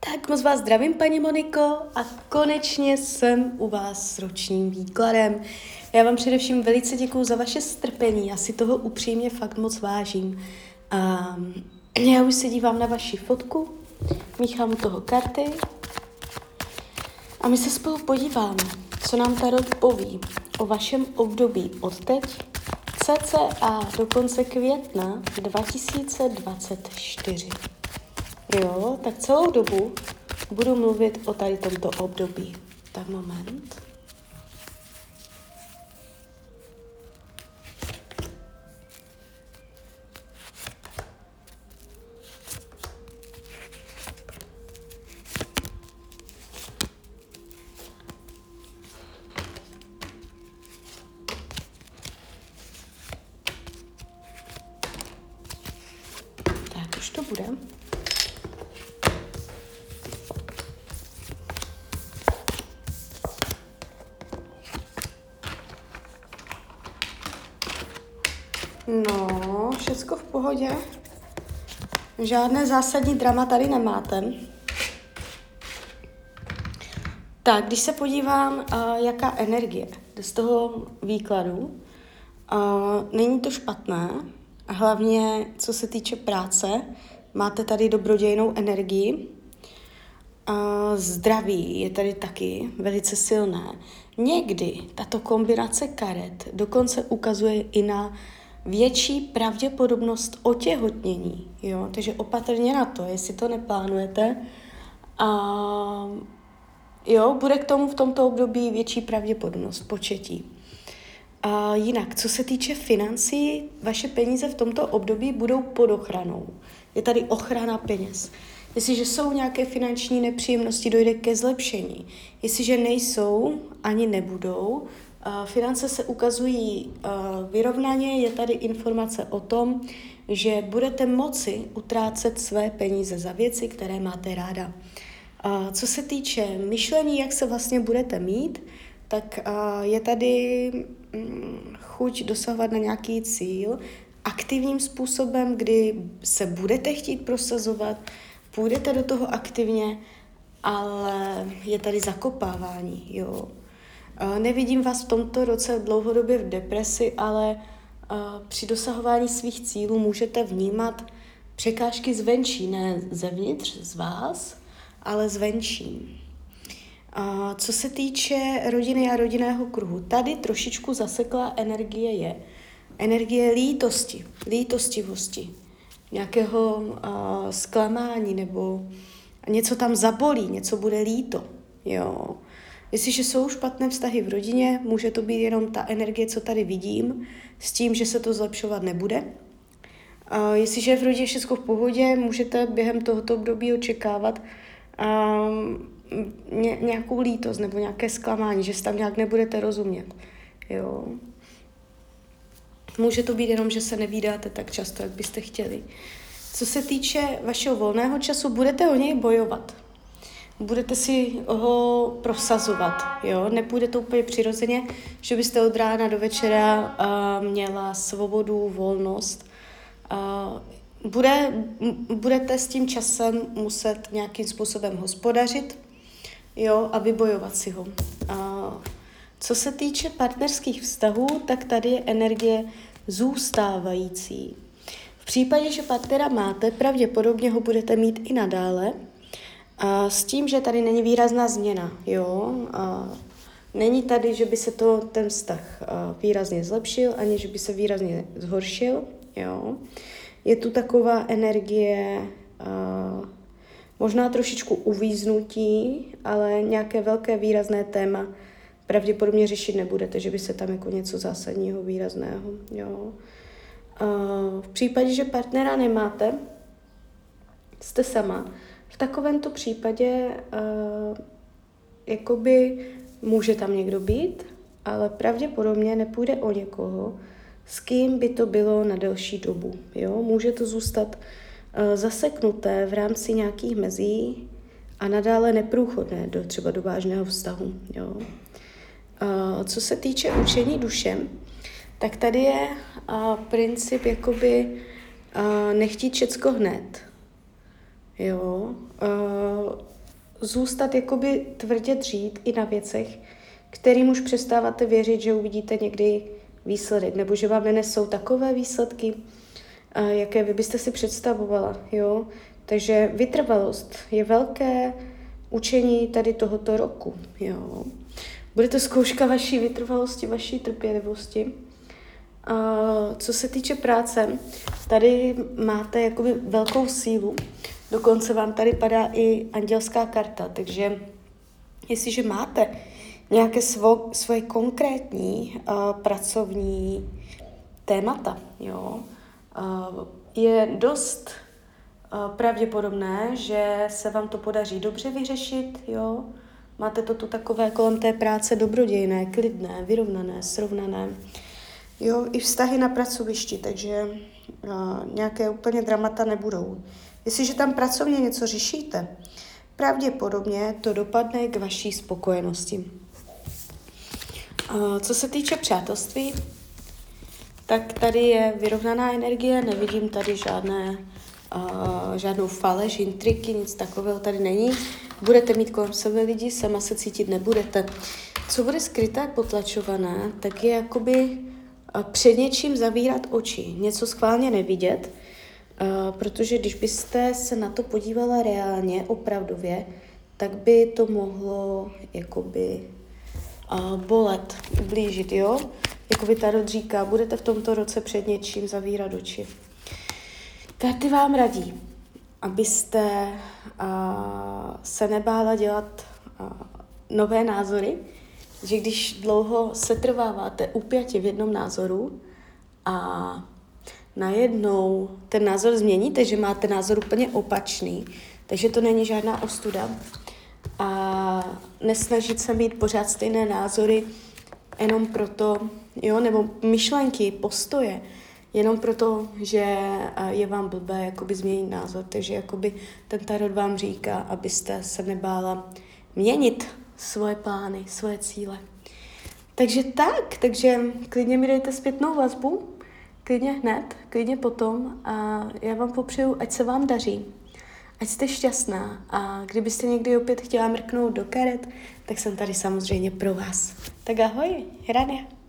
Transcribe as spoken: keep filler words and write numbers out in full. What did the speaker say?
Tak moc vás zdravím, paní Moniko, a konečně jsem u vás s ročním výkladem. Já vám především velice děkuju za vaše strpení, já si toho upřímně fakt moc vážím. A já už se dívám na vaši fotku, míchám u toho karty a my se spolu podíváme, co nám tarot poví o vašem období od teď cca do konce května dva tisíce dvacet čtyři. Jo, tak celou dobu budu mluvit o tady tomto období. Tak moment. Tak, už to bude. No, všecko v pohodě. Žádné zásadní drama tady nemáte. Tak, když se podívám, uh, jaká energie jde z toho výkladu, uh, není to špatné. Hlavně, co se týče práce, máte tady dobrodějnou energii. Uh, zdraví je tady taky velice silné. Někdy tato kombinace karet dokonce ukazuje i na větší pravděpodobnost otěhotnění. Jo? Takže opatrně na to, jestli to neplánujete. A jo, bude k tomu v tomto období větší pravděpodobnost početí. A jinak, co se týče financí, vaše peníze v tomto období budou pod ochranou. Je tady ochrana peněz. Jestliže jsou nějaké finanční nepříjemnosti, dojde ke zlepšení. Jestliže nejsou, ani nebudou, finance se ukazují vyrovnaně, je tady informace o tom, že budete moci utrácet své peníze za věci, které máte ráda. Co se týče myšlení, jak se vlastně budete mít, tak je tady chuť dosahovat na nějaký cíl aktivním způsobem, kdy se budete chtít prosazovat, půjdete do toho aktivně, ale je tady zakopávání, jo. Nevidím vás v tomto roce dlouhodobě v depresi, ale při dosahování svých cílů můžete vnímat překážky zvenčí, ne zevnitř z vás, ale zvenčí. Co se týče rodiny a rodinného kruhu, tady trošičku zaseklá energie je. Energie lítosti, lítostivosti, nějakého uh, zklamání nebo něco tam zabolí, něco bude líto. Jo. Jestliže jsou špatné vztahy v rodině, může to být jenom ta energie, co tady vidím, s tím, že se to zlepšovat nebude. Uh, jestliže je v rodině všechno v pohodě, můžete během tohoto období očekávat um, ně, nějakou lítost nebo nějaké zklamání, že se tam nějak nebudete rozumět. Jo. Může to být jenom, že se nevídáte tak často, jak byste chtěli. Co se týče vašeho volného času, budete o něj bojovat. Budete si ho prosazovat. Jo? Nepůjde to úplně přirozeně, že byste od rána do večera uh, měla svobodu, volnost. Uh, bude, budete s tím časem muset nějakým způsobem hospodařit, jo, a vybojovat si ho. Uh, Co se týče partnerských vztahů, tak tady je energie zůstávající. V případě, že partnera máte, pravděpodobně ho budete mít i nadále, a s tím, že tady není výrazná změna. Jo? A není tady, že by se to, ten vztah výrazně zlepšil, ani že by se výrazně zhoršil. Jo? Je tu taková energie a, možná trošičku uvíznutí, ale nějaké velké výrazné téma pravděpodobně řešit nebudete, že by se tam jako něco zásadního, výrazného. Jo. V případě, že partnera nemáte, jste sama, v takovémto případě uh, jakoby může tam někdo být, ale pravděpodobně nepůjde o někoho, s kým by to bylo na delší dobu. Jo. Může to zůstat uh, zaseknuté v rámci nějakých mezí a nadále neprůchodné do třeba do vážného vztahu. Jo. Uh, co se týče učení dušem, tak tady je uh, princip jakoby uh, nechtít všecko hned. Jo. Uh, zůstat jakoby tvrdě dřít i na věcech, kterým už přestáváte věřit, že uvidíte někdy výsledek, nebo že vám nenesou takové výsledky, jaké vy byste si představovala, jo. Takže vytrvalost je velké učení tady tohoto roku, jo. Bude to zkouška vaší vytrvalosti, vaší trpělivosti. A co se týče práce, tady máte jakoby velkou sílu, dokonce vám tady padá i andělská karta, takže jestliže máte nějaké svo, svoje konkrétní uh, pracovní témata, jo, uh, je dost uh, pravděpodobné, že se vám to podaří dobře vyřešit, jo. Máte to tu takové kolem té práce dobrodějné, klidné, vyrovnané, srovnané. Jo, i vztahy na pracovišti, takže uh, nějaké úplně dramata nebudou. Jestliže tam pracovně něco řešíte, pravděpodobně to dopadne k vaší spokojenosti. Uh, co se týče přátelství, tak tady je vyrovnaná energie, nevidím tady žádné, uh, žádnou faleš, intriky, nic takového tady není. Budete mít kolem sebe lidi, sama se cítit nebudete. Co bude skryté, potlačované, tak je jakoby před něčím zavírat oči, něco schválně nevidět, uh, protože když byste se na to podívala reálně, opravdově, tak by to mohlo jakoby uh, bolet, ublížit, jo? Jakoby Tarot říká, budete v tomto roce před něčím zavírat oči. Karty vám radí, abyste uh, se nebála dělat uh, nové názory, že když dlouho setrváváte upjatě v jednom názoru a najednou ten názor změníte, že máte názor úplně opačný, takže to není žádná ostuda. A nesnažit se mít pořád stejné názory jenom proto, jo, nebo myšlenky, postoje, jenom proto, že je vám blbé jakoby změnit názor. Takže jakoby ten tarot vám říká, abyste se nebála měnit svoje plány, svoje cíle. Takže tak, takže klidně mi dejte zpětnou vazbu, klidně hned, klidně potom a já vám popřeju, ať se vám daří, ať jste šťastná a kdybyste někdy opět chtěla mrknout do karet, tak jsem tady samozřejmě pro vás. Tak ahoj, Rania.